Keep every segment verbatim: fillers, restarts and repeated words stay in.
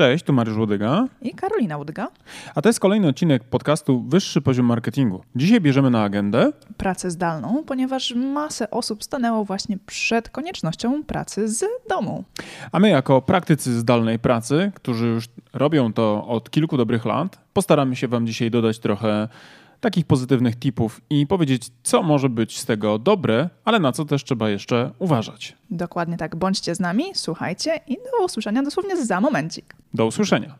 Cześć, tu Mariusz Łodyga i Karolina Łodyga. A to jest kolejny odcinek podcastu Wyższy Poziom Marketingu. Dzisiaj bierzemy na agendę pracę zdalną, ponieważ masę osób stanęło właśnie przed koniecznością pracy z domu. A my jako praktycy zdalnej pracy, którzy już robią to od kilku dobrych lat, postaramy się Wam dzisiaj dodać trochę takich pozytywnych tipów i powiedzieć, co może być z tego dobre, ale na co też trzeba jeszcze uważać. Dokładnie tak. Bądźcie z nami, słuchajcie i do usłyszenia dosłownie za momencik. Do usłyszenia.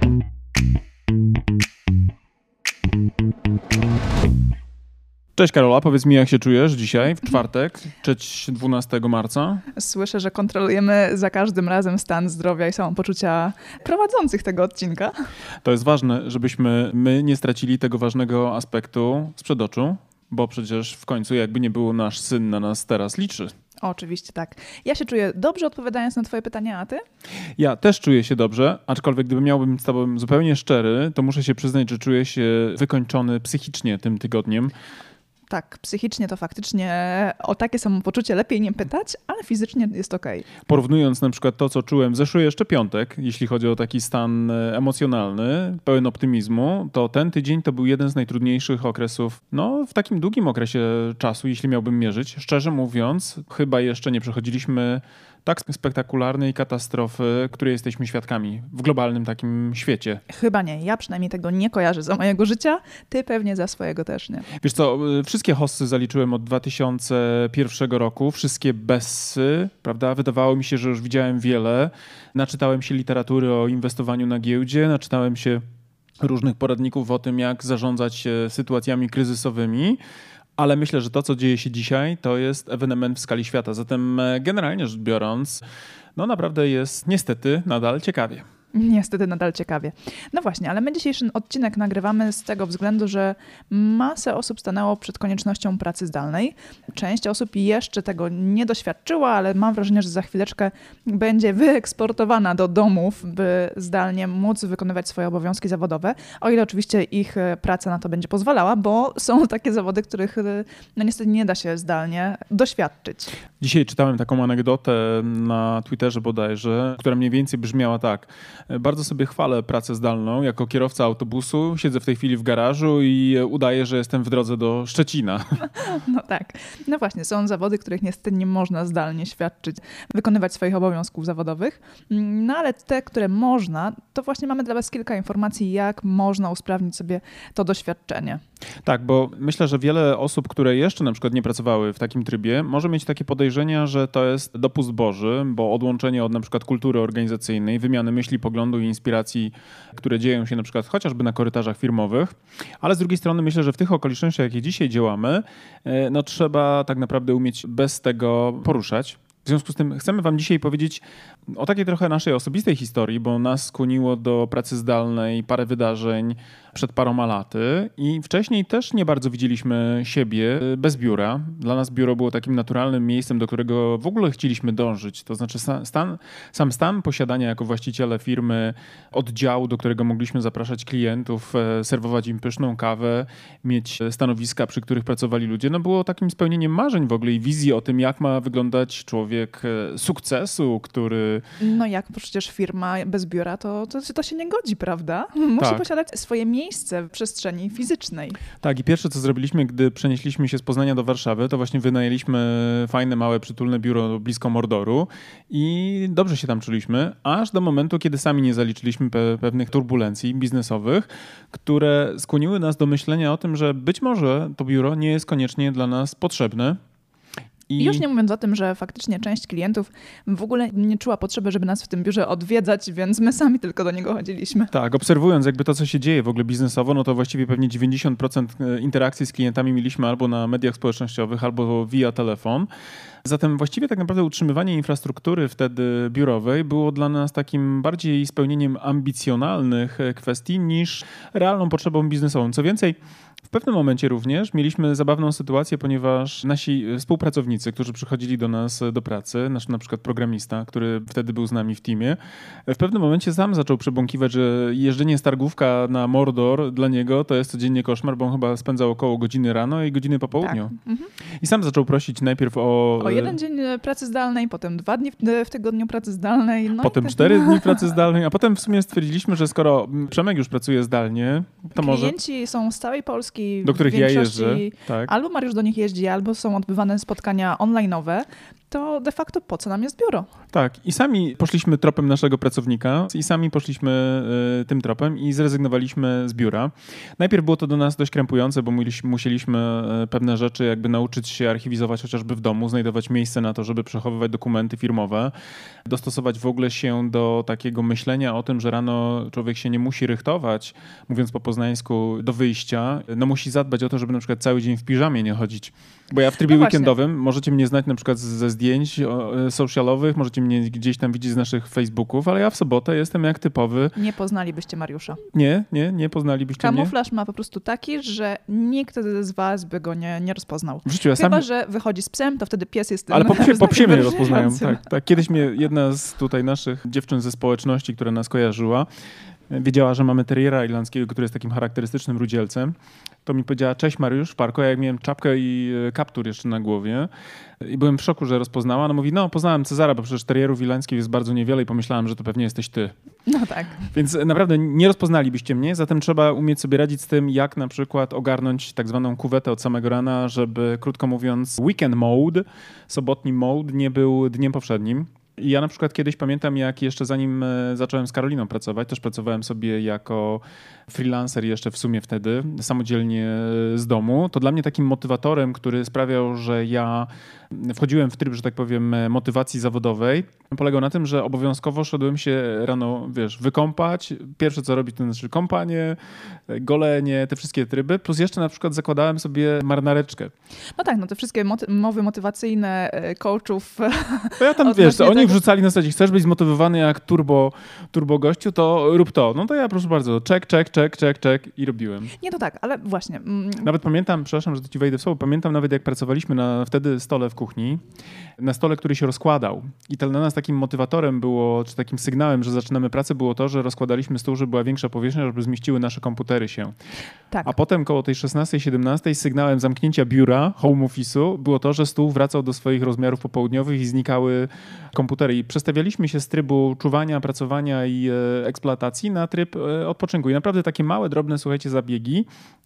Cześć Karola, powiedz mi, jak się czujesz dzisiaj, w czwartek, dwunastego marca? Słyszę, że kontrolujemy za każdym razem stan zdrowia i samopoczucia prowadzących tego odcinka. To jest ważne, żebyśmy my nie stracili tego ważnego aspektu sprzed oczu, bo przecież w końcu jakby nie było, nasz syn na nas teraz liczy. Oczywiście tak. Ja się czuję dobrze, odpowiadając na twoje pytania, a ty? Ja też czuję się dobrze, aczkolwiek gdyby miałbym z tobą zupełnie szczery, to muszę się przyznać, że czuję się wykończony psychicznie tym tygodniem. Tak, psychicznie to faktycznie o takie samopoczucie lepiej nie pytać, ale fizycznie jest okej. Porównując na przykład to, co czułem w zeszły jeszcze piątek, jeśli chodzi o taki stan emocjonalny, pełen optymizmu, to ten tydzień to był jeden z najtrudniejszych okresów, no w takim długim okresie czasu, jeśli miałbym mierzyć. Szczerze mówiąc, chyba jeszcze nie przechodziliśmy tak spektakularnej katastrofy, której jesteśmy świadkami w globalnym takim świecie. Chyba nie. Ja przynajmniej tego nie kojarzę za mojego życia. Ty pewnie za swojego też nie. Wiesz co, wszystkie hossy zaliczyłem od dwa tysiące pierwszego roku, wszystkie bessy, prawda? Wydawało mi się, że już widziałem wiele. Naczytałem się literatury o inwestowaniu na giełdzie, naczytałem się różnych poradników o tym, jak zarządzać sytuacjami kryzysowymi. Ale myślę, że to, co dzieje się dzisiaj, to jest ewenement w skali świata. Zatem generalnie rzecz biorąc, no naprawdę jest niestety nadal ciekawie. Niestety nadal ciekawie. No właśnie, ale my dzisiejszy odcinek nagrywamy z tego względu, że masę osób stanęło przed koniecznością pracy zdalnej. Część osób jeszcze tego nie doświadczyła, ale mam wrażenie, że za chwileczkę będzie wyeksportowana do domów, by zdalnie móc wykonywać swoje obowiązki zawodowe, o ile oczywiście ich praca na to będzie pozwalała, bo są takie zawody, których no niestety nie da się zdalnie doświadczyć. Dzisiaj czytałem taką anegdotę na Twitterze bodajże, która mniej więcej brzmiała tak. Bardzo sobie chwalę pracę zdalną. Jako kierowca autobusu siedzę w tej chwili w garażu i udaję, że jestem w drodze do Szczecina. No tak. No właśnie, są zawody, których niestety nie można zdalnie świadczyć, wykonywać swoich obowiązków zawodowych. No ale te, które można, to właśnie mamy dla was kilka informacji, jak można usprawnić sobie to doświadczenie. Tak, bo myślę, że wiele osób, które jeszcze na przykład nie pracowały w takim trybie, może mieć takie podejrzenia, że to jest dopust Boży, bo odłączenie od na przykład kultury organizacyjnej, wymiany myśli, poglądu i inspiracji, które dzieją się na przykład chociażby na korytarzach firmowych, ale z drugiej strony myślę, że w tych okolicznościach, jakie dzisiaj działamy, no trzeba tak naprawdę umieć bez tego poruszać. W związku z tym chcemy wam dzisiaj powiedzieć o takiej trochę naszej osobistej historii, bo nas skłoniło do pracy zdalnej parę wydarzeń przed paroma laty i wcześniej też nie bardzo widzieliśmy siebie bez biura. Dla nas biuro było takim naturalnym miejscem, do którego w ogóle chcieliśmy dążyć. To znaczy stan, sam stan posiadania jako właściciele firmy oddziału, do którego mogliśmy zapraszać klientów, serwować im pyszną kawę, mieć stanowiska, przy których pracowali ludzie, no było takim spełnieniem marzeń w ogóle i wizji o tym, jak ma wyglądać człowiek sukcesu, który... No jak przecież firma bez biura, to, to, to się nie godzi, prawda? Musi tak. posiadać swoje miejsce w przestrzeni fizycznej. Tak i pierwsze, co zrobiliśmy, gdy przenieśliśmy się z Poznania do Warszawy, to właśnie wynajęliśmy fajne, małe, przytulne biuro blisko Mordoru i dobrze się tam czuliśmy, aż do momentu, kiedy sami nie zaliczyliśmy pe- pewnych turbulencji biznesowych, które skłoniły nas do myślenia o tym, że być może to biuro nie jest koniecznie dla nas potrzebne. I już nie mówiąc o tym, że faktycznie część klientów w ogóle nie czuła potrzeby, żeby nas w tym biurze odwiedzać, więc my sami tylko do niego chodziliśmy. Tak, obserwując jakby to, co się dzieje w ogóle biznesowo, no to właściwie pewnie dziewięćdziesiąt procent interakcji z klientami mieliśmy albo na mediach społecznościowych, albo via telefon. Zatem właściwie tak naprawdę utrzymywanie infrastruktury wtedy biurowej było dla nas takim bardziej spełnieniem ambicjonalnych kwestii niż realną potrzebą biznesową. Co więcej, w pewnym momencie również mieliśmy zabawną sytuację, ponieważ nasi współpracownicy, którzy przychodzili do nas do pracy, nasz na przykład programista, który wtedy był z nami w teamie, w pewnym momencie sam zaczął przebąkiwać, że jeżdżenie z targówka na Mordor dla niego to jest codziennie koszmar, bo on chyba spędzał około godziny rano i godziny po południu. Tak. Mhm. I sam zaczął prosić najpierw o, o Bo jeden dzień pracy zdalnej, potem dwa dni w tygodniu pracy zdalnej. No potem tak... cztery dni pracy zdalnej, a potem w sumie stwierdziliśmy, że skoro Przemek już pracuje zdalnie, to może... Klienci są z całej Polski. Do których ja jeżdżę. Tak. Albo Mariusz do nich jeździ, albo są odbywane spotkania online'owe. To de facto po co nam jest biuro? Tak. I sami poszliśmy tropem naszego pracownika i sami poszliśmy y, tym tropem i zrezygnowaliśmy z biura. Najpierw było to do nas dość krępujące, bo musieliśmy y, pewne rzeczy jakby nauczyć się archiwizować chociażby w domu, znajdować miejsce na to, żeby przechowywać dokumenty firmowe, dostosować w ogóle się do takiego myślenia o tym, że rano człowiek się nie musi rychtować, mówiąc po poznańsku, do wyjścia. No musi zadbać o to, żeby na przykład cały dzień w piżamie nie chodzić. Bo ja w trybie no weekendowym możecie mnie znać na przykład ze zdjęć socialowych, możecie mnie gdzieś tam widzieć z naszych Facebooków, ale ja w sobotę jestem jak typowy. Nie poznalibyście Mariusza. Nie, nie, nie poznalibyście Kamuflaż mnie. Kamuflaż ma po prostu taki, że nikt z was by go nie, nie rozpoznał. W życiu ja Chyba, sam... że wychodzi z psem, to wtedy pies jest... Ale po psie, po psie mnie rozpoznają. Tak, tak. Kiedyś mnie jedna z tutaj naszych dziewczyn ze społeczności, która nas kojarzyła, wiedziała, że mamy teriera irlandzkiego, który jest takim charakterystycznym rudzielcem. To mi powiedziała, cześć Mariusz w parku, a jak miałem czapkę i kaptur jeszcze na głowie i byłem w szoku, że rozpoznała. No mówi, no poznałem Cezara, bo przecież terierów irlandzkich jest bardzo niewiele i pomyślałem, że to pewnie jesteś ty. No tak. Więc naprawdę nie rozpoznalibyście mnie, zatem trzeba umieć sobie radzić z tym, jak na przykład ogarnąć tak zwaną kuwetę od samego rana, żeby krótko mówiąc weekend mode, sobotni mode nie był dniem powszednim. I ja na przykład kiedyś pamiętam, jak jeszcze zanim zacząłem z Karoliną pracować, też pracowałem sobie jako freelancer jeszcze w sumie wtedy, samodzielnie z domu. To dla mnie takim motywatorem, który sprawiał, że ja wchodziłem w tryb, że tak powiem, motywacji zawodowej, polegał na tym, że obowiązkowo szedłem się rano, wiesz, wykąpać. Pierwsze co robić to znaczy kąpanie, golenie, te wszystkie tryby, plus jeszcze na przykład zakładałem sobie marynareczkę. No tak, no te wszystkie moty- mowy motywacyjne coachów. To ja tam, wiesz, oni wrzucali na zasadzie, chcesz być zmotywowany jak turbo, turbo gościu, to rób to. No to ja proszę bardzo, czek, czek, czek, czek, czek i robiłem. Nie, to tak, ale właśnie. Mm. Nawet pamiętam, przepraszam, że to ci wejdę w słowo, pamiętam nawet jak pracowaliśmy na wtedy stole w kuchni, na stole, który się rozkładał. I to dla nas takim motywatorem było, czy takim sygnałem, że zaczynamy pracę, było to, że rozkładaliśmy stół, żeby była większa powierzchnia, żeby zmieściły nasze komputery się. Tak. A potem koło tej szesnastej, siedemnastej sygnałem zamknięcia biura, home office'u, było to, że stół wracał do swoich rozmiarów popołudniowych i znikały komputery. I przestawialiśmy się z trybu czuwania, pracowania i e, eksploatacji na tryb e, odpoczynku. I naprawdę takie małe, drobne, słuchajcie, zabiegi,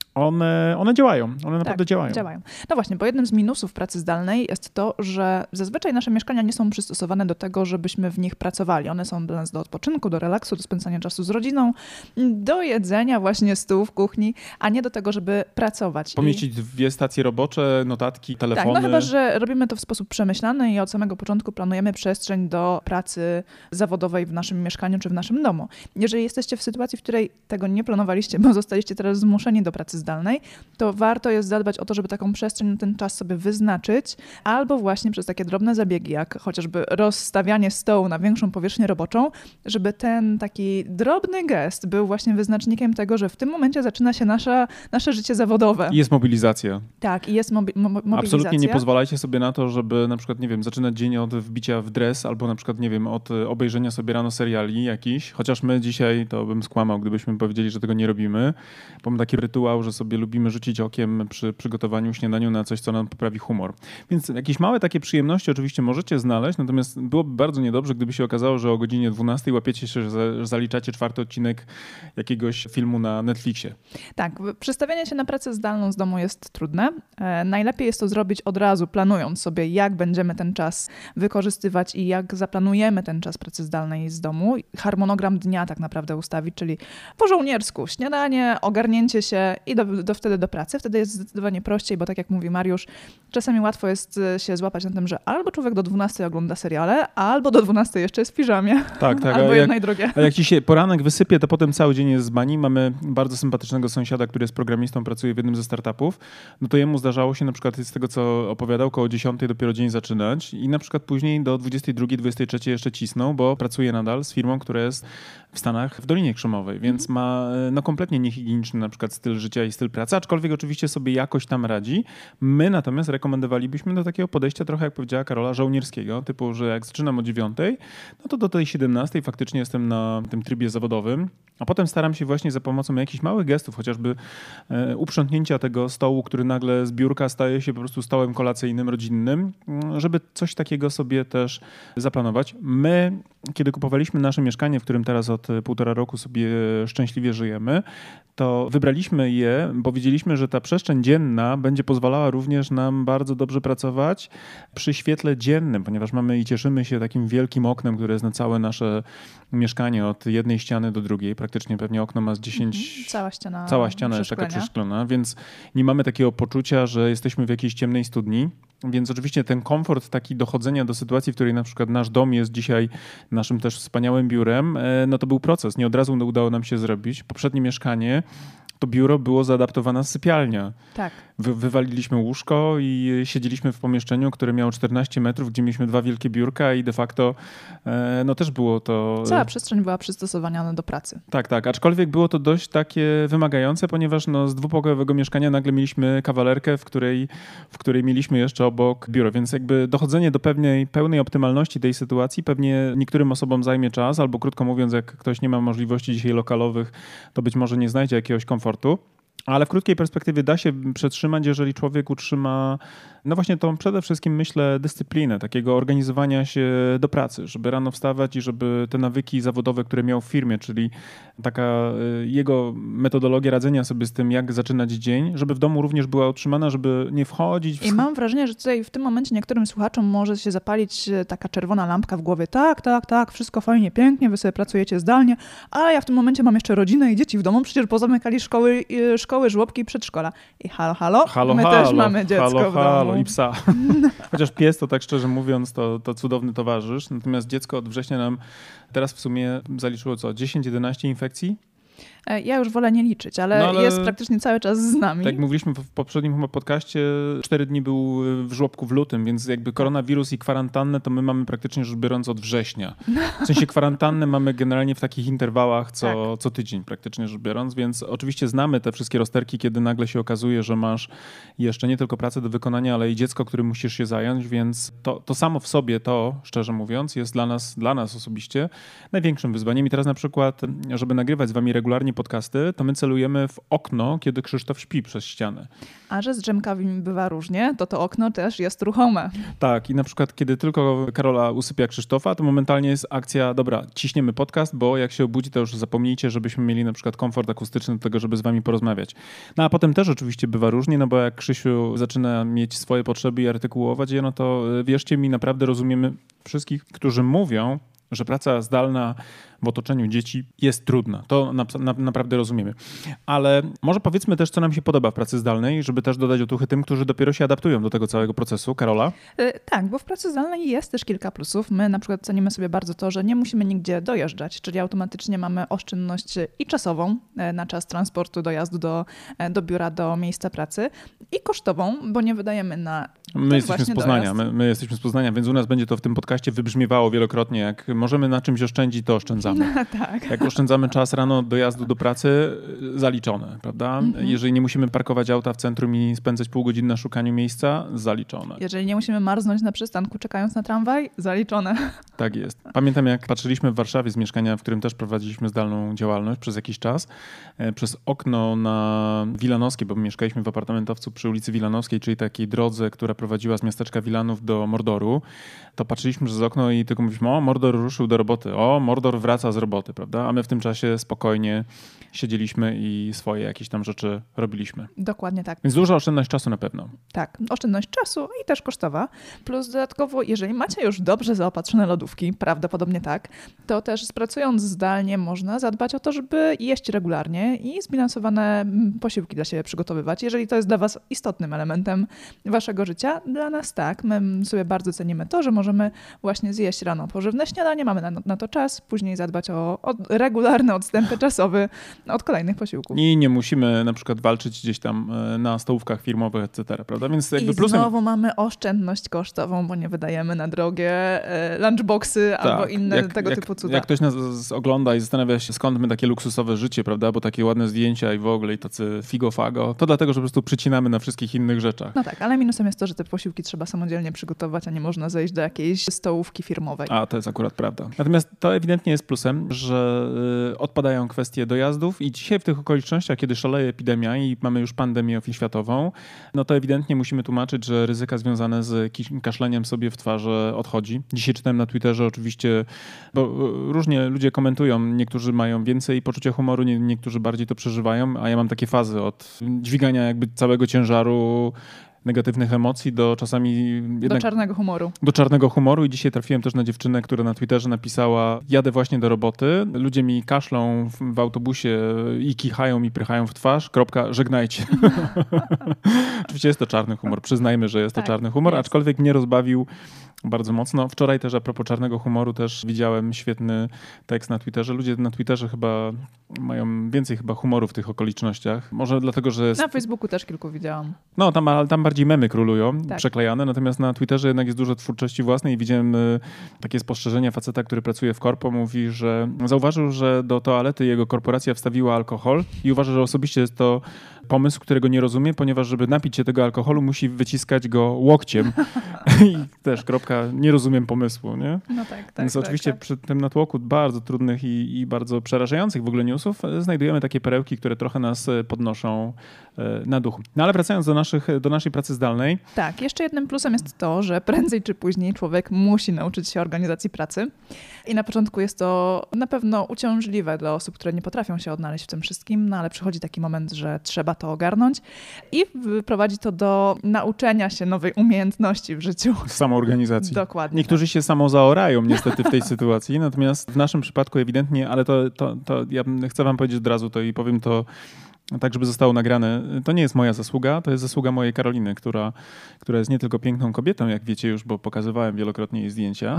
one, one działają. One naprawdę tak, działają. działają. No właśnie, bo jednym z minusów pracy zdalnej jest to, że zazwyczaj nasze mieszkania nie są przystosowane do tego, żebyśmy w nich pracowali. One są dla nas do odpoczynku, do relaksu, do spędzania czasu z rodziną, do jedzenia właśnie stół w kuchni, a nie do tego, żeby pracować. Pomieścić I... dwie stacje robocze, notatki, telefony. Tak, no chyba, że robimy to w sposób przemyślany i od samego początku planujemy przestrzeń do pracy zawodowej w naszym mieszkaniu czy w naszym domu. Jeżeli jesteście w sytuacji, w której tego nie planowaliście, bo zostaliście teraz zmuszeni do pracy zdalnej, to warto jest zadbać o to, żeby taką przestrzeń na ten czas sobie wyznaczyć, albo właśnie przez takie drobne zabiegi, jak chociażby rozstawianie stołu na większą powierzchnię roboczą, żeby ten taki drobny gest był właśnie wyznacznikiem tego, że w tym momencie zaczyna się nasza, nasze życie zawodowe. I jest mobilizacja. Tak, i jest mobi- mo- mobilizacja. Absolutnie nie pozwalajcie sobie na to, żeby na przykład, nie wiem, zaczynać dzień od wbicia w dres, albo na przykład, nie wiem, od obejrzenia sobie rano seriali jakiś, chociaż my dzisiaj, to bym skłamał, gdybyśmy powiedzieli, że tego nie robimy. Bo mamy taki rytuał, że sobie lubimy rzucić okiem przy przygotowaniu śniadaniu na coś, co nam poprawi humor. Więc jakieś małe takie przyjemności oczywiście możecie znaleźć, natomiast byłoby bardzo niedobrze, gdyby się okazało, że o godzinie dwunastej łapiecie się, że zaliczacie czwarty odcinek jakiegoś filmu na Netflixie. Tak, przestawianie się na pracę zdalną z domu jest trudne. E, najlepiej jest to zrobić od razu, planując sobie, jak będziemy ten czas wykorzystywać i jak zaplanujemy ten czas pracy zdalnej z domu. Harmonogram dnia tak naprawdę ustawić, czyli po żołniersku śniadanie, ogarnięcie się i do, do, wtedy do pracy. Wtedy jest zdecydowanie prościej, bo tak jak mówi Mariusz, czasami łatwo jest się złapać na tym, że albo człowiek do dwunastej ogląda seriale, albo do dwunastej jeszcze jest w piżamie. Tak, tak. Albo a jedno jak, i drugie. A jak ci się poranek wysypie, to potem cały dzień jest z bani. Mamy bardzo sympatycznego sąsiada, który jest programistą, pracuje w jednym ze startupów. No to jemu zdarzało się na przykład z tego, co opowiadał, koło dziesiątej dopiero dzień zaczynać i na przykład później do dwudziestej drugiej, dwudziestej trzeciej jeszcze cisnął, bo pracuje nadal z firmą, która jest w Stanach, w Dolinie Krzemowej, więc mm. ma no, kompletnie niehigieniczny na przykład styl życia i styl pracy, aczkolwiek oczywiście sobie jakoś tam radzi. My natomiast rekomendowalibyśmy do takiego podejścia trochę, jak powiedziała Karola, żołnierskiego, typu, że jak zaczynam o dziewiątej, no to do tej siedemnastej faktycznie jestem na tym trybie zawodowym, a potem staram się właśnie za pomocą jakichś małych gestów, chociażby e, uprzątnięcia tego stołu, który nagle z biurka staje się po prostu stołem kolacyjnym, rodzinnym, żeby coś takiego sobie też zaplanować. My, kiedy kupowaliśmy nasze mieszkanie, w którym teraz od półtora roku sobie szczęśliwie żyjemy, to wybraliśmy je, bo wiedzieliśmy, że ta przestrzeń dzienna będzie pozwalała również nam bardzo dobrze pracować przy świetle dziennym, ponieważ mamy i cieszymy się takim wielkim oknem, które jest na całe nasze mieszkanie od jednej ściany do drugiej. Praktycznie pewnie okno ma z dziesięć... Mhm. Cała ściana Cała ściana jest taka przeszklona, więc nie mamy takiego poczucia, że jesteśmy w jakiejś ciemnej studni. Więc oczywiście ten komfort taki dochodzenia do sytuacji, w której na przykład nasz dom jest dzisiaj naszym też wspaniałym biurem, no to był proces. Nie od razu udało nam się zrobić. Poprzednie mieszkanie, to biuro było zaadaptowana sypialnia. Tak. Wy, wywaliliśmy łóżko i siedzieliśmy w pomieszczeniu, które miało czternaście metrów, gdzie mieliśmy dwa wielkie biurka i de facto e, no też było to... Cała przestrzeń była przystosowana do pracy. Tak, tak. Aczkolwiek było to dość takie wymagające, ponieważ no, z dwupokojowego mieszkania nagle mieliśmy kawalerkę, w której, w której mieliśmy jeszcze obok biuro, więc jakby dochodzenie do pewnej pełnej optymalności tej sytuacji pewnie niektórym osobom zajmie czas, albo krótko mówiąc, jak ktoś nie ma możliwości dzisiaj lokalowych, to być może nie znajdzie jakiegoś komfortu. Ale w krótkiej perspektywie da się przetrzymać, jeżeli człowiek utrzyma, no właśnie tą przede wszystkim, myślę, dyscyplinę, takiego organizowania się do pracy, żeby rano wstawać i żeby te nawyki zawodowe, które miał w firmie, czyli taka jego metodologia radzenia sobie z tym, jak zaczynać dzień, żeby w domu również była utrzymana, żeby nie wchodzić... W... I mam wrażenie, że tutaj w tym momencie niektórym słuchaczom może się zapalić taka czerwona lampka w głowie. Tak, tak, tak, wszystko fajnie, pięknie, wy sobie pracujecie zdalnie, a ja w tym momencie mam jeszcze rodzinę i dzieci w domu, przecież pozamykali szkoły, szkoły, żłobki i przedszkola. I halo, halo, halo my halo, też mamy dziecko halo, w domu. Halo, i psa. Chociaż pies to tak szczerze mówiąc, to, to cudowny towarzysz. Natomiast dziecko od września nam teraz w sumie zaliczyło co? dziesięć jedenaście infekcji? Ja już wolę nie liczyć, ale, no ale jest praktycznie cały czas z nami. Tak jak mówiliśmy w poprzednim chyba podcaście, cztery dni był w żłobku w lutym, więc jakby koronawirus i kwarantannę to my mamy praktycznie rzecz biorąc od września. W sensie kwarantannę mamy generalnie w takich interwałach co, tak. co tydzień praktycznie rzecz biorąc, więc oczywiście znamy te wszystkie rozterki, kiedy nagle się okazuje, że masz jeszcze nie tylko pracę do wykonania, ale i dziecko, którym musisz się zająć, więc to, to samo w sobie to, szczerze mówiąc, jest dla nas, dla nas osobiście największym wyzwaniem. I teraz na przykład, żeby nagrywać z wami regularnie podcasty, to my celujemy w okno, kiedy Krzysztof śpi przez ścianę. A że z drzemkami bywa różnie, to to okno też jest ruchome. Tak i na przykład kiedy tylko Karola usypia Krzysztofa, to momentalnie jest akcja, dobra, ciśniemy podcast, bo jak się obudzi, to już zapomnijcie, żebyśmy mieli na przykład komfort akustyczny do tego, żeby z wami porozmawiać. No a potem też oczywiście bywa różnie, no bo jak Krzysiu zaczyna mieć swoje potrzeby i artykułować je, no to wierzcie mi, naprawdę rozumiemy wszystkich, którzy mówią, że praca zdalna w otoczeniu dzieci jest trudna. To na, na, naprawdę rozumiemy. Ale może powiedzmy też, co nam się podoba w pracy zdalnej, żeby też dodać otuchy tym, którzy dopiero się adaptują do tego całego procesu. Karola? Yy, tak, bo w pracy zdalnej jest też kilka plusów. My na przykład cenimy sobie bardzo to, że nie musimy nigdzie dojeżdżać, czyli automatycznie mamy oszczędność i czasową na czas transportu, dojazdu do, do biura, do miejsca pracy i kosztową, bo nie wydajemy na My jesteśmy z Poznania, my, my jesteśmy z Poznania, więc u nas będzie to w tym podcaście wybrzmiewało wielokrotnie. Jak możemy na czymś oszczędzić, to oszczędzamy. No, tak. Jak oszczędzamy czas rano dojazdu do pracy, zaliczone, prawda? Mm-hmm. Jeżeli nie musimy parkować auta w centrum i spędzać pół godziny na szukaniu miejsca, zaliczone. Jeżeli nie musimy marznąć na przystanku czekając na tramwaj, zaliczone. Tak jest. Pamiętam, jak patrzyliśmy w Warszawie z mieszkania, w którym też prowadziliśmy zdalną działalność przez jakiś czas, przez okno na Wilanowskiej, bo mieszkaliśmy w apartamentowcu przy ulicy Wilanowskiej, czyli takiej drodze, która prowadziła z miasteczka Wilanów do Mordoru, to patrzyliśmy przez okno i tylko mówiliśmy, o, Mordor ruszył do roboty, o, Mordor wraca z roboty, prawda? A my w tym czasie spokojnie siedzieliśmy i swoje jakieś tam rzeczy robiliśmy. Dokładnie tak. Więc duża oszczędność czasu na pewno. Tak, oszczędność czasu i też kosztowa. Plus dodatkowo, jeżeli macie już dobrze zaopatrzone lodówki, prawdopodobnie tak, to też pracując zdalnie można zadbać o to, żeby jeść regularnie i zbilansowane posiłki dla siebie przygotowywać. Jeżeli to jest dla was istotnym elementem waszego życia, dla nas tak. My sobie bardzo cenimy to, że możemy właśnie zjeść rano pożywne śniadanie, mamy na, na to czas, później zadbać o, o regularne odstępy czasowe od kolejnych posiłków. I nie musimy na przykład walczyć gdzieś tam na stołówkach firmowych, et cetera, prawda? Więc jakby I plusem... znowu mamy oszczędność kosztową, bo nie wydajemy na drogie lunchboxy, tak, albo tak. inne jak, tego jak, typu cuda. Jak ktoś nas ogląda i zastanawia się, skąd my takie luksusowe życie, prawda, bo takie ładne zdjęcia i w ogóle i tacy figo-fago, to dlatego, że po prostu przycinamy na wszystkich innych rzeczach. No tak, ale minusem jest to, że te posiłki trzeba samodzielnie przygotować, a nie można zejść do jakiejś stołówki firmowej. A, to jest akurat prawda. Natomiast to ewidentnie jest plusem, że y, odpadają kwestie dojazdów i dzisiaj w tych okolicznościach, kiedy szaleje epidemia i mamy już pandemię światową, no to ewidentnie musimy tłumaczyć, że ryzyka związane z kaszleniem sobie w twarze odchodzi. Dzisiaj czytałem na Twitterze oczywiście, bo różnie ludzie komentują, niektórzy mają więcej poczucia humoru, nie, niektórzy bardziej to przeżywają, a ja mam takie fazy od dźwigania jakby całego ciężaru negatywnych emocji do czasami... Jednak do czarnego humoru. Do czarnego humoru i dzisiaj trafiłem też na dziewczynę, która na Twitterze napisała: jadę właśnie do roboty, ludzie mi kaszlą w, w autobusie i kichają mi, prychają w twarz, kropka, żegnajcie. Oczywiście jest to czarny humor, przyznajmy, że jest tak, to czarny humor, jest. Aczkolwiek mnie rozbawił bardzo mocno. Wczoraj też a propos czarnego humoru też widziałem świetny tekst na Twitterze. Ludzie na Twitterze chyba mają więcej chyba humoru w tych okolicznościach. Może dlatego, że... Jest... Na Facebooku też kilku widziałam. No, tam, tam bardziej memy królują, tak. przeklejane, natomiast na Twitterze jednak jest dużo twórczości własnej i widziałem y, takie spostrzeżenia faceta, który pracuje w korpo, mówi, że zauważył, że do toalety jego korporacja wstawiła alkohol i uważa, że osobiście jest to pomysł, którego nie rozumie, ponieważ żeby napić się tego alkoholu, musi wyciskać go łokciem. I też kropka, nie rozumiem pomysłu, nie? No tak, tak. Więc tak, oczywiście tak. przy tym natłoku bardzo trudnych i, i bardzo przerażających w ogóle newsów znajdujemy takie perełki, które trochę nas podnoszą na duchu. No ale wracając do, naszych, do naszej pracy zdalnej. Tak, jeszcze jednym plusem jest to, że prędzej czy później człowiek musi nauczyć się organizacji pracy. I na początku jest to na pewno uciążliwe dla osób, które nie potrafią się odnaleźć w tym wszystkim, no ale przychodzi taki moment, że trzeba to ogarnąć i prowadzi to do nauczenia się nowej umiejętności w życiu. W samoorganizacji. Dokładnie. Niektórzy się samo zaorają niestety w tej sytuacji, natomiast w naszym przypadku ewidentnie, ale to, to, to ja chcę wam powiedzieć od razu to i powiem to tak, żeby zostało nagrane. To nie jest moja zasługa, to jest zasługa mojej Karoliny, która, która jest nie tylko piękną kobietą, jak wiecie już, bo pokazywałem wielokrotnie jej zdjęcia,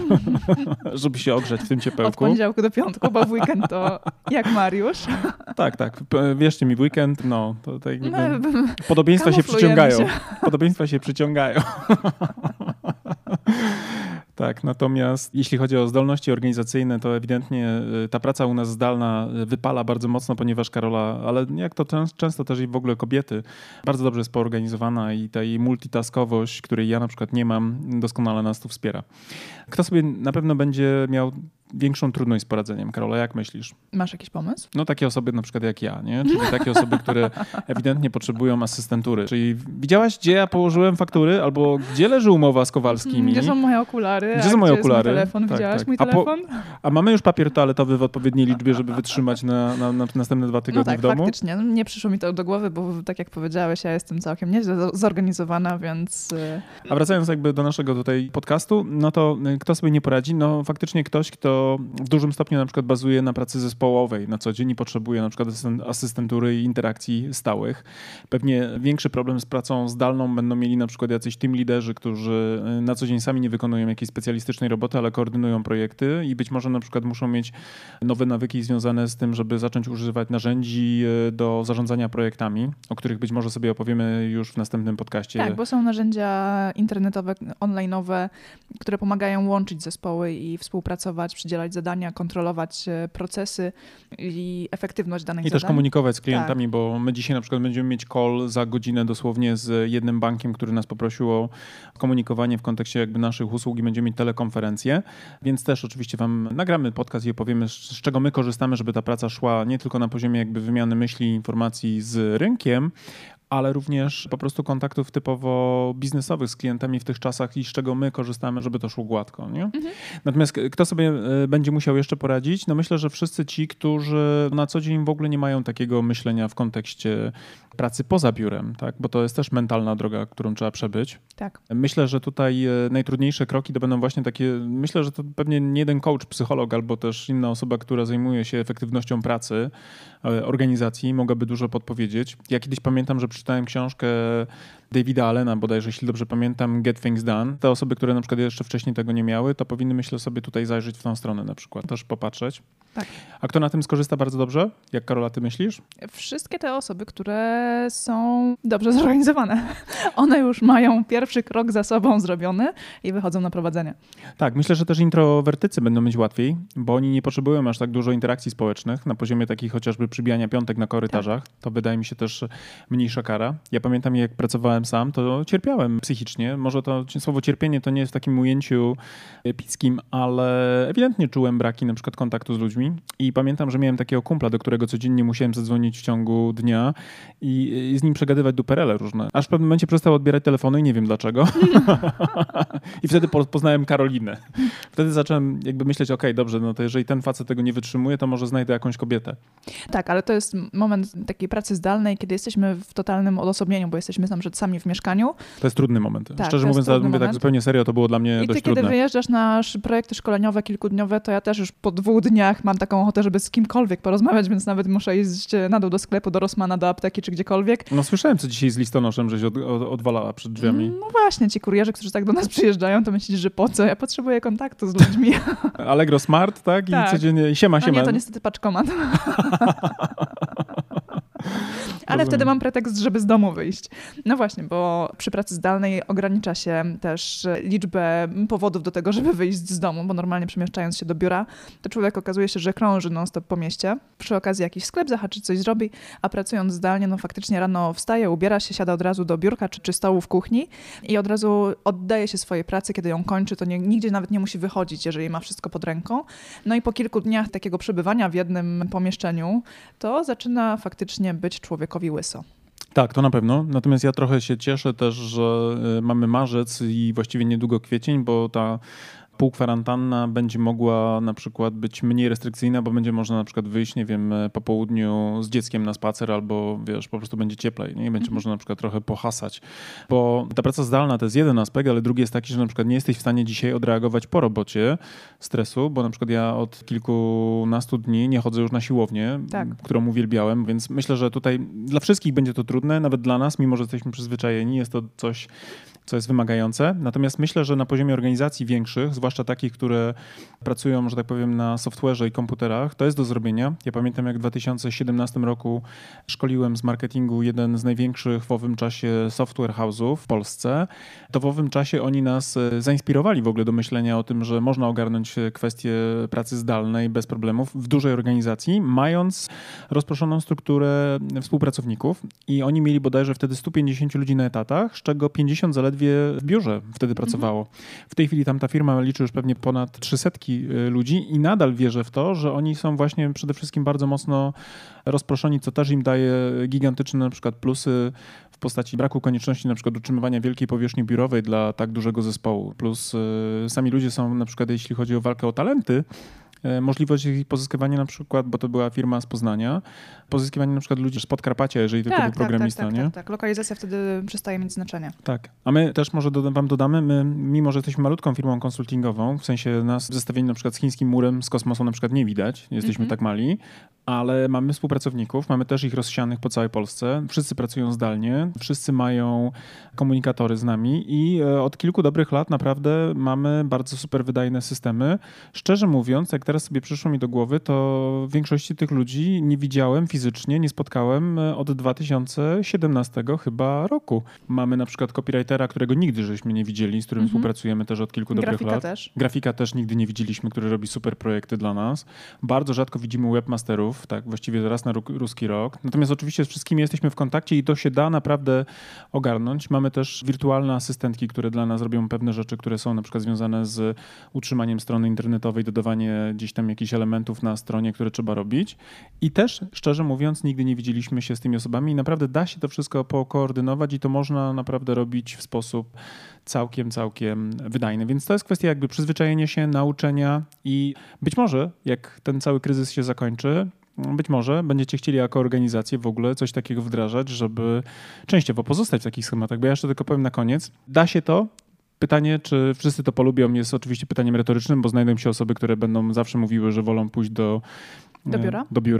żeby się ogrzać w tym ciepełku. Od poniedziałku do piątku, bo w weekend to jak Mariusz. Tak, tak. Wierzcie mi, w weekend, no, to tak jakby No, podobieństwa się przyciągają. się. Podobieństwa się przyciągają. Tak, natomiast jeśli chodzi o zdolności organizacyjne, to ewidentnie ta praca u nas zdalna wypala bardzo mocno, ponieważ Karola, ale jak to często też i w ogóle kobiety, bardzo dobrze jest poorganizowana i ta jej multitaskowość, której ja na przykład nie mam, doskonale nas tu wspiera. Kto sobie na pewno będzie miał większą trudność z poradzeniem? Karola, jak myślisz? Masz jakiś pomysł? No takie osoby na przykład jak ja, nie? Czyli takie osoby, które ewidentnie potrzebują asystentury. Czyli widziałaś, gdzie ja położyłem faktury? Albo gdzie leży umowa z Kowalskimi? Gdzie są moje okulary? Gdzie są moje gdzie okulary? Jest mój telefon? Tak, Widziałaś tak. mój A po- telefon? A mamy już papier toaletowy w odpowiedniej liczbie, żeby wytrzymać na, na, na następne dwa tygodnie No tak, w domu? faktycznie. No, nie przyszło mi to do głowy, bo tak jak powiedziałeś, ja jestem całkiem nieźle zorganizowana, więc... A wracając jakby do naszego tutaj podcastu, no to kto sobie nie poradzi? No faktycznie ktoś, kto w dużym stopniu na przykład bazuje na pracy zespołowej na co dzień i potrzebuje na przykład asystentury i interakcji stałych. Pewnie większy problem z pracą zdalną będą mieli na przykład jacyś team liderzy, którzy na co dzień sami nie wykonują jakiejś specjalistycznej roboty, ale koordynują projekty i być może na przykład muszą mieć nowe nawyki związane z tym, żeby zacząć używać narzędzi do zarządzania projektami, o których być może sobie opowiemy już w następnym podcaście. Tak, bo są narzędzia internetowe, online'owe, które pomagają łączyć zespoły i współpracować, przydzielać zadania, kontrolować procesy i efektywność danych I zadań. też komunikować z klientami, tak. Bo my dzisiaj na przykład będziemy mieć call za godzinę dosłownie z jednym bankiem, który nas poprosił o komunikowanie w kontekście jakby naszych usług i będziemy mieć telekonferencję, więc też oczywiście wam nagramy podcast i opowiemy, z czego my korzystamy, żeby ta praca szła nie tylko na poziomie jakby wymiany myśli i informacji z rynkiem, ale również po prostu kontaktów typowo biznesowych z klientami w tych czasach i z czego my korzystamy, żeby to szło gładko. Nie? Mhm. Natomiast kto sobie będzie musiał jeszcze poradzić? No myślę, że wszyscy ci, którzy na co dzień w ogóle nie mają takiego myślenia w kontekście pracy poza biurem, tak? Bo to jest też mentalna droga, którą trzeba przebyć. Tak. Myślę, że tutaj najtrudniejsze kroki to będą właśnie takie, myślę, że to pewnie nie jeden coach, psycholog albo też inna osoba, która zajmuje się efektywnością pracy, organizacji, mogłaby dużo podpowiedzieć. Ja kiedyś pamiętam, że przy przeczytałem książkę Davida Allena, bodajże, jeśli dobrze pamiętam, Get Things Done. Te osoby, które na przykład jeszcze wcześniej tego nie miały, to powinny, myślę, sobie tutaj zajrzeć w tą stronę na przykład, też popatrzeć. Tak. A kto na tym skorzysta bardzo dobrze? Jak, Karola, ty myślisz? Wszystkie te osoby, które są dobrze zorganizowane. One już mają pierwszy krok za sobą zrobiony i wychodzą na prowadzenie. Tak, myślę, że też introwertycy będą mieć łatwiej, bo oni nie potrzebują aż tak dużo interakcji społecznych na poziomie takich chociażby przybijania piątek na korytarzach. Tak. To wydaje mi się też mniejsza kara. Ja pamiętam, jak pracowałem sam, to cierpiałem psychicznie. Może to słowo cierpienie to nie jest w takim ujęciu epickim, ale ewidentnie czułem braki na przykład kontaktu z ludźmi i pamiętam, że miałem takiego kumpla, do którego codziennie musiałem zadzwonić w ciągu dnia i, i z nim przegadywać duperele różne. Aż w pewnym momencie przestał odbierać telefony i nie wiem dlaczego. I wtedy poznałem Karolinę. Wtedy zacząłem jakby myśleć, okej, okay, dobrze, no to jeżeli ten facet tego nie wytrzymuje, to może znajdę jakąś kobietę. Tak, ale to jest moment takiej pracy zdalnej, kiedy jesteśmy w totalnym odosobnieniu, bo jesteśmy sam przed sami w mieszkaniu. To jest trudny moment. Tak, Szczerze mówiąc, mówię moment. tak zupełnie serio, to było dla mnie I dość ty, trudne. kiedy wyjeżdżasz na projekty szkoleniowe kilkudniowe, to ja też już po dwóch dniach mam taką ochotę, żeby z kimkolwiek porozmawiać, więc nawet muszę iść na dół do sklepu, do Rossmana, do apteki czy gdziekolwiek. No słyszałem, co dzisiaj z listonoszem, żeś od, od, odwalała przed drzwiami. No właśnie, ci kurierzy, którzy tak do nas przyjeżdżają, to myślisz, że po co? Ja potrzebuję kontaktu z ludźmi. Allegro Smart, tak? I tak. codziennie siema, siema. No nie, to niestety paczkomat. Ale Rozumiem. wtedy mam pretekst, żeby z domu wyjść. No właśnie, bo przy pracy zdalnej ogranicza się też liczbę powodów do tego, żeby wyjść z domu, bo normalnie przemieszczając się do biura, to człowiek okazuje się, że krąży non-stop po mieście. Przy okazji jakiś sklep zahaczy, coś zrobi, a pracując zdalnie, no faktycznie rano wstaje, ubiera się, siada od razu do biurka czy, czy stołu w kuchni i od razu oddaje się swojej pracy, kiedy ją kończy, to nie, nigdzie nawet nie musi wychodzić, jeżeli ma wszystko pod ręką. No i po kilku dniach takiego przebywania w jednym pomieszczeniu, to zaczyna faktycznie być człowiekowi łyso. Tak, to na pewno. Natomiast ja trochę się cieszę też, że mamy marzec i właściwie niedługo kwiecień, bo ta półkwarantanna będzie mogła na przykład być mniej restrykcyjna, bo będzie można na przykład wyjść, nie wiem, po południu z dzieckiem na spacer albo, wiesz, po prostu będzie cieplej, nie? I będzie mm-hmm. można na przykład trochę pohasać. Bo ta praca zdalna to jest jeden aspekt, ale drugi jest taki, że na przykład nie jesteś w stanie dzisiaj odreagować po robocie stresu, bo na przykład ja od kilkunastu dni nie chodzę już na siłownię, tak. którą uwielbiałem, więc myślę, że tutaj dla wszystkich będzie to trudne, nawet dla nas, mimo że jesteśmy przyzwyczajeni, jest to coś, co jest wymagające. Natomiast myślę, że na poziomie organizacji większych, zwłaszcza takich, które pracują, że tak powiem, na software'ze i komputerach, to jest do zrobienia. Ja pamiętam, jak w dwa tysiące siedemnastym roku szkoliłem z marketingu jeden z największych w owym czasie software house'ów w Polsce. To w owym czasie oni nas zainspirowali w ogóle do myślenia o tym, że można ogarnąć kwestię pracy zdalnej bez problemów w dużej organizacji, mając rozproszoną strukturę współpracowników i oni mieli bodajże wtedy stu pięćdziesięciu ludzi na etatach, z czego pięćdziesiąt zaledwie w biurze wtedy pracowało. W tej chwili tam ta firma liczy już pewnie ponad trzysetki ludzi i nadal wierzę w to, że oni są właśnie przede wszystkim bardzo mocno rozproszeni, co też im daje gigantyczne na przykład plusy w postaci braku konieczności na przykład utrzymywania wielkiej powierzchni biurowej dla tak dużego zespołu. Plus sami ludzie są na przykład, jeśli chodzi o walkę o talenty, możliwość ich pozyskiwania na przykład, bo to była firma z Poznania, pozyskiwanie na przykład ludzi z Podkarpacia, jeżeli tylko tak, był programista, tak, tak, nie? Tak, tak, lokalizacja wtedy przestaje mieć znaczenie. Tak, a my też może doda- wam dodamy, my mimo, że jesteśmy malutką firmą konsultingową, w sensie nas w zestawieniu na przykład z chińskim murem z kosmosu na przykład nie widać, nie jesteśmy mm-hmm. tak mali, ale mamy współpracowników, mamy też ich rozsianych po całej Polsce, wszyscy pracują zdalnie, wszyscy mają komunikatory z nami i od kilku dobrych lat naprawdę mamy bardzo super wydajne systemy. Szczerze mówiąc, jak teraz sobie przyszło mi do głowy, to większości tych ludzi nie widziałem fizycznie, nie spotkałem od dwa tysiące siedemnastego chyba roku. Mamy na przykład copywritera, którego nigdy żeśmy nie widzieli, z którym mm-hmm. współpracujemy też od kilku Grafika dobrych lat. Też. Grafika też nigdy nie widzieliśmy, który robi super projekty dla nas. Bardzo rzadko widzimy webmasterów, tak, właściwie raz na ruski rok. Natomiast oczywiście z wszystkimi jesteśmy w kontakcie i to się da naprawdę ogarnąć. Mamy też wirtualne asystentki, które dla nas robią pewne rzeczy, które są na przykład związane z utrzymaniem strony internetowej, dodawanie gdzieś tam jakichś elementów na stronie, które trzeba robić. I też, szczerze mówiąc, nigdy nie widzieliśmy się z tymi osobami i naprawdę da się to wszystko pokoordynować i to można naprawdę robić w sposób całkiem, całkiem wydajny. Więc to jest kwestia jakby przyzwyczajenia się, nauczenia i być może, jak ten cały kryzys się zakończy, być może będziecie chcieli jako organizację w ogóle coś takiego wdrażać, żeby częściowo pozostać w takich schematach. Bo ja jeszcze tylko powiem na koniec, da się to. Pytanie, czy wszyscy to polubią, jest oczywiście pytaniem retorycznym, bo znajdą się osoby, które będą zawsze mówiły, że wolą pójść do, do biura. Do biura.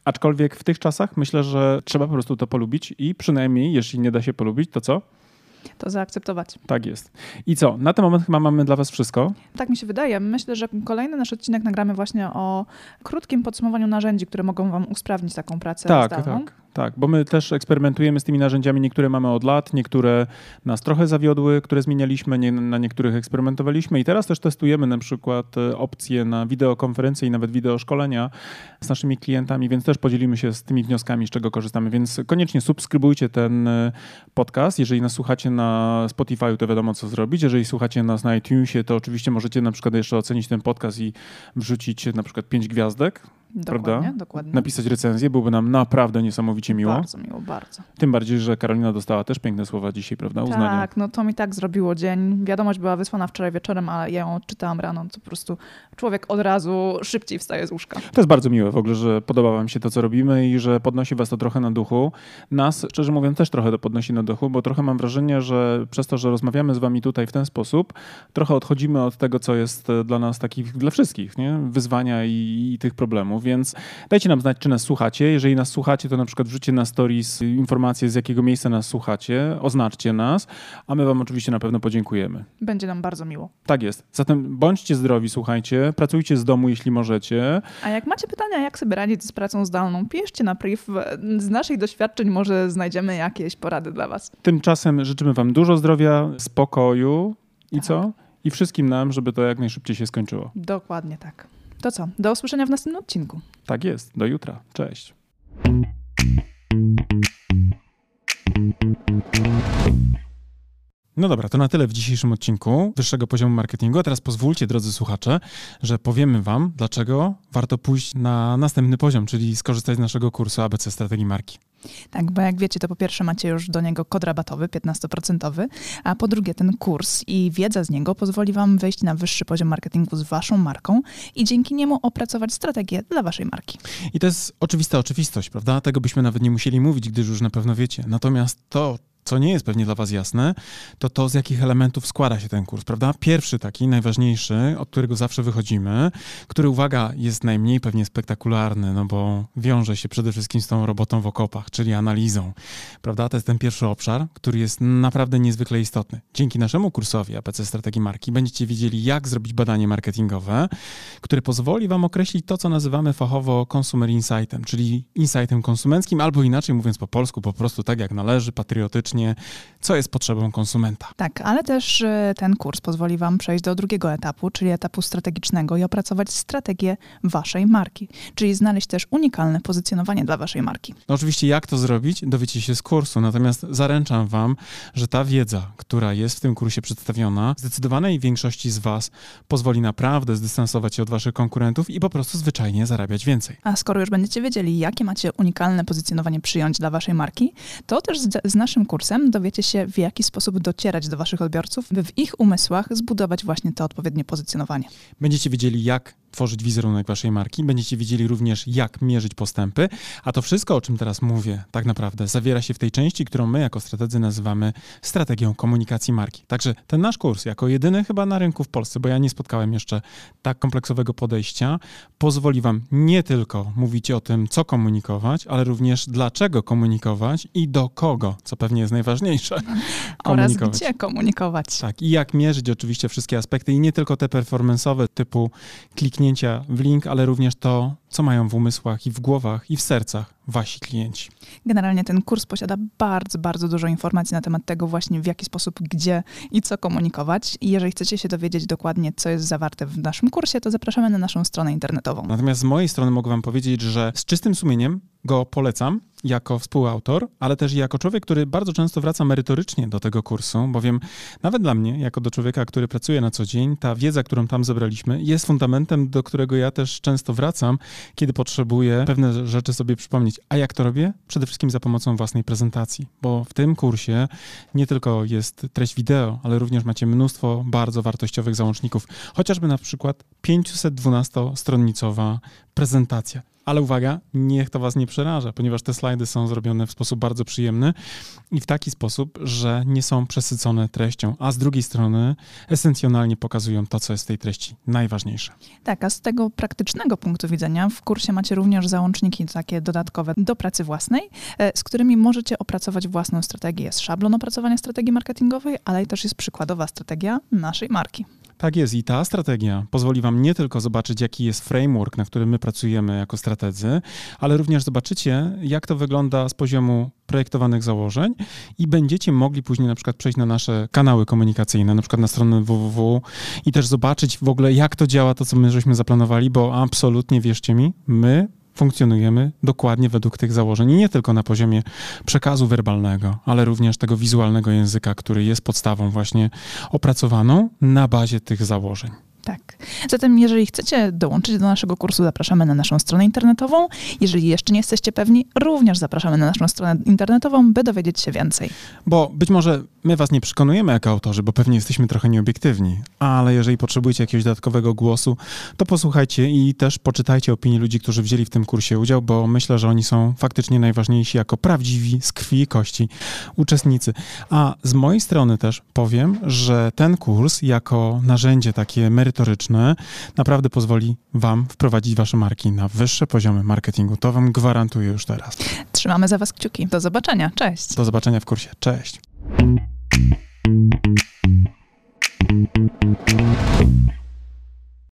Aczkolwiek w tych czasach myślę, że trzeba po prostu to polubić i przynajmniej, jeśli nie da się polubić, to co? To zaakceptować. Tak jest. I co? Na ten moment chyba mamy dla was wszystko. Tak mi się wydaje. Myślę, że kolejny nasz odcinek nagramy właśnie o krótkim podsumowaniu narzędzi, które mogą wam usprawnić taką pracę tak, zdalną. Tak, tak. Bo my też eksperymentujemy z tymi narzędziami. Niektóre mamy od lat, niektóre nas trochę zawiodły, które zmienialiśmy, nie, na niektórych eksperymentowaliśmy i teraz też testujemy na przykład opcje na wideokonferencje i nawet wideoszkolenia z naszymi klientami, więc też podzielimy się z tymi wnioskami, z czego korzystamy. Więc koniecznie subskrybujcie ten podcast. Jeżeli nas słuchacie na Spotify, to wiadomo co zrobić. Jeżeli słuchacie nas na iTunesie, to oczywiście możecie na przykład jeszcze ocenić ten podcast i wrzucić na przykład pięć gwiazdek. Dokładnie, prawda? dokładnie. Napisać recenzję, byłoby nam naprawdę niesamowicie miło. Bardzo miło, bardzo. Tym bardziej, że Karolina dostała też piękne słowa dzisiaj, prawda? Uznania. Tak, no to mi tak zrobiło dzień. Wiadomość była wysłana wczoraj wieczorem, a ja ją odczytałam rano, to po prostu człowiek od razu szybciej wstaje z łóżka. To jest bardzo miłe w ogóle, że podoba wam się to, co robimy i że podnosi was to trochę na duchu. Nas, szczerze mówiąc, też trochę to podnosi na duchu, bo trochę mam wrażenie, że przez to, że rozmawiamy z wami tutaj w ten sposób, trochę odchodzimy od tego, co jest dla nas takich, dla wszystkich, nie? Wyzwania i, i tych problemów, więc dajcie nam znać, czy nas słuchacie. Jeżeli nas słuchacie, to na przykład wrzućcie na stories informacje, z jakiego miejsca nas słuchacie, oznaczcie nas, a my wam oczywiście na pewno podziękujemy. Będzie nam bardzo miło. Tak jest. Zatem bądźcie zdrowi, słuchajcie, pracujcie z domu, jeśli możecie. A jak macie pytania, jak sobie radzić z pracą zdalną, piszcie na priv. Z naszych doświadczeń może znajdziemy jakieś porady dla was. Tymczasem życzymy wam dużo zdrowia, spokoju i tak. co? I wszystkim nam, żeby to jak najszybciej się skończyło. Dokładnie tak. To co? Do usłyszenia w następnym odcinku. Tak jest. Do jutra. Cześć. No dobra, to na tyle w dzisiejszym odcinku Wyższego Poziomu Marketingu. A teraz pozwólcie, drodzy słuchacze, że powiemy wam, dlaczego warto pójść na następny poziom, czyli skorzystać z naszego kursu A B C Strategii Marki. Tak, bo jak wiecie, to po pierwsze macie już do niego kod rabatowy, piętnaście procent, a po drugie ten kurs i wiedza z niego pozwoli wam wejść na wyższy poziom marketingu z waszą marką i dzięki niemu opracować strategię dla waszej marki. I to jest oczywista oczywistość, prawda? Tego byśmy nawet nie musieli mówić, gdyż już na pewno wiecie. Natomiast to, co nie jest pewnie dla was jasne, to to, z jakich elementów składa się ten kurs, prawda? Pierwszy taki, najważniejszy, od którego zawsze wychodzimy, który, uwaga, jest najmniej pewnie spektakularny, no bo wiąże się przede wszystkim z tą robotą w okopach, czyli analizą, prawda? To jest ten pierwszy obszar, który jest naprawdę niezwykle istotny. Dzięki naszemu kursowi A B C Strategii Marki będziecie wiedzieli, jak zrobić badanie marketingowe, które pozwoli wam określić to, co nazywamy fachowo consumer insightem, czyli insightem konsumenckim, albo inaczej mówiąc po polsku, po prostu tak jak należy, patriotycznie, co jest potrzebą konsumenta. Tak, ale też ten kurs pozwoli wam przejść do drugiego etapu, czyli etapu strategicznego i opracować strategię waszej marki, czyli znaleźć też unikalne pozycjonowanie dla waszej marki. No oczywiście jak to zrobić, dowiecie się z kursu, natomiast zaręczam wam, że ta wiedza, która jest w tym kursie przedstawiona, zdecydowanej większości z was pozwoli naprawdę zdystansować się od waszych konkurentów i po prostu zwyczajnie zarabiać więcej. A skoro już będziecie wiedzieli, jakie macie unikalne pozycjonowanie przyjąć dla waszej marki, to też z, z naszym kursem dowiecie się, w jaki sposób docierać do waszych odbiorców, by w ich umysłach zbudować właśnie to odpowiednie pozycjonowanie. Będziecie wiedzieli, jak tworzyć wizerunek waszej marki, będziecie wiedzieli również, jak mierzyć postępy, a to wszystko, o czym teraz mówię, tak naprawdę zawiera się w tej części, którą my jako strategzy nazywamy strategią komunikacji marki. Także ten nasz kurs, jako jedyny chyba na rynku w Polsce, bo ja nie spotkałem jeszcze tak kompleksowego podejścia, pozwoli wam nie tylko mówić o tym, co komunikować, ale również dlaczego komunikować i do kogo, co pewnie jest najważniejsze. Oraz gdzie komunikować. Tak, i jak mierzyć oczywiście wszystkie aspekty i nie tylko te performance'owe typu kliknięcia w link, ale również to, co mają w umysłach i w głowach i w sercach wasi klienci. Generalnie ten kurs posiada bardzo, bardzo dużo informacji na temat tego właśnie, w jaki sposób, gdzie i co komunikować. I jeżeli chcecie się dowiedzieć dokładnie, co jest zawarte w naszym kursie, to zapraszamy na naszą stronę internetową. Natomiast z mojej strony mogę wam powiedzieć, że z czystym sumieniem go polecam jako współautor, ale też jako człowiek, który bardzo często wraca merytorycznie do tego kursu, bowiem nawet dla mnie, jako do człowieka, który pracuje na co dzień, ta wiedza, którą tam zebraliśmy, jest fundamentem, do którego ja też często wracam, kiedy potrzebuję pewne rzeczy sobie przypomnieć. A jak to robię? Przede wszystkim za pomocą własnej prezentacji, bo w tym kursie nie tylko jest treść wideo, ale również macie mnóstwo bardzo wartościowych załączników, chociażby na przykład pięćset dwunastostronicowa prezentacja. Ale uwaga, niech to was nie przeraża, ponieważ te slajdy są zrobione w sposób bardzo przyjemny i w taki sposób, że nie są przesycone treścią, a z drugiej strony esencjonalnie pokazują to, co jest w tej treści najważniejsze. Tak, a z tego praktycznego punktu widzenia w kursie macie również załączniki takie dodatkowe do pracy własnej, z którymi możecie opracować własną strategię. Jest szablon opracowania strategii marketingowej, ale też jest przykładowa strategia naszej marki. Tak jest i ta strategia pozwoli wam nie tylko zobaczyć, jaki jest framework, na którym my pracujemy jako strategzy, ale również zobaczycie, jak to wygląda z poziomu projektowanych założeń i będziecie mogli później na przykład przejść na nasze kanały komunikacyjne, na przykład na stronę www i też zobaczyć w ogóle, jak to działa, to co my żeśmy zaplanowali, bo absolutnie, wierzcie mi, my funkcjonujemy dokładnie według tych założeń i nie tylko na poziomie przekazu werbalnego, ale również tego wizualnego języka, który jest podstawą właśnie opracowaną na bazie tych założeń. Tak. Zatem jeżeli chcecie dołączyć do naszego kursu, zapraszamy na naszą stronę internetową. Jeżeli jeszcze nie jesteście pewni, również zapraszamy na naszą stronę internetową, by dowiedzieć się więcej. Bo być może my was nie przekonujemy jako autorzy, bo pewnie jesteśmy trochę nieobiektywni, ale jeżeli potrzebujecie jakiegoś dodatkowego głosu, to posłuchajcie i też poczytajcie opinii ludzi, którzy wzięli w tym kursie udział, bo myślę, że oni są faktycznie najważniejsi jako prawdziwi, z krwi i kości uczestnicy. A z mojej strony też powiem, że ten kurs jako narzędzie takie merytoryczne naprawdę pozwoli wam wprowadzić wasze marki na wyższe poziomy marketingu. To wam gwarantuję już teraz. Trzymamy za was kciuki. Do zobaczenia. Cześć. Do zobaczenia w kursie. Cześć.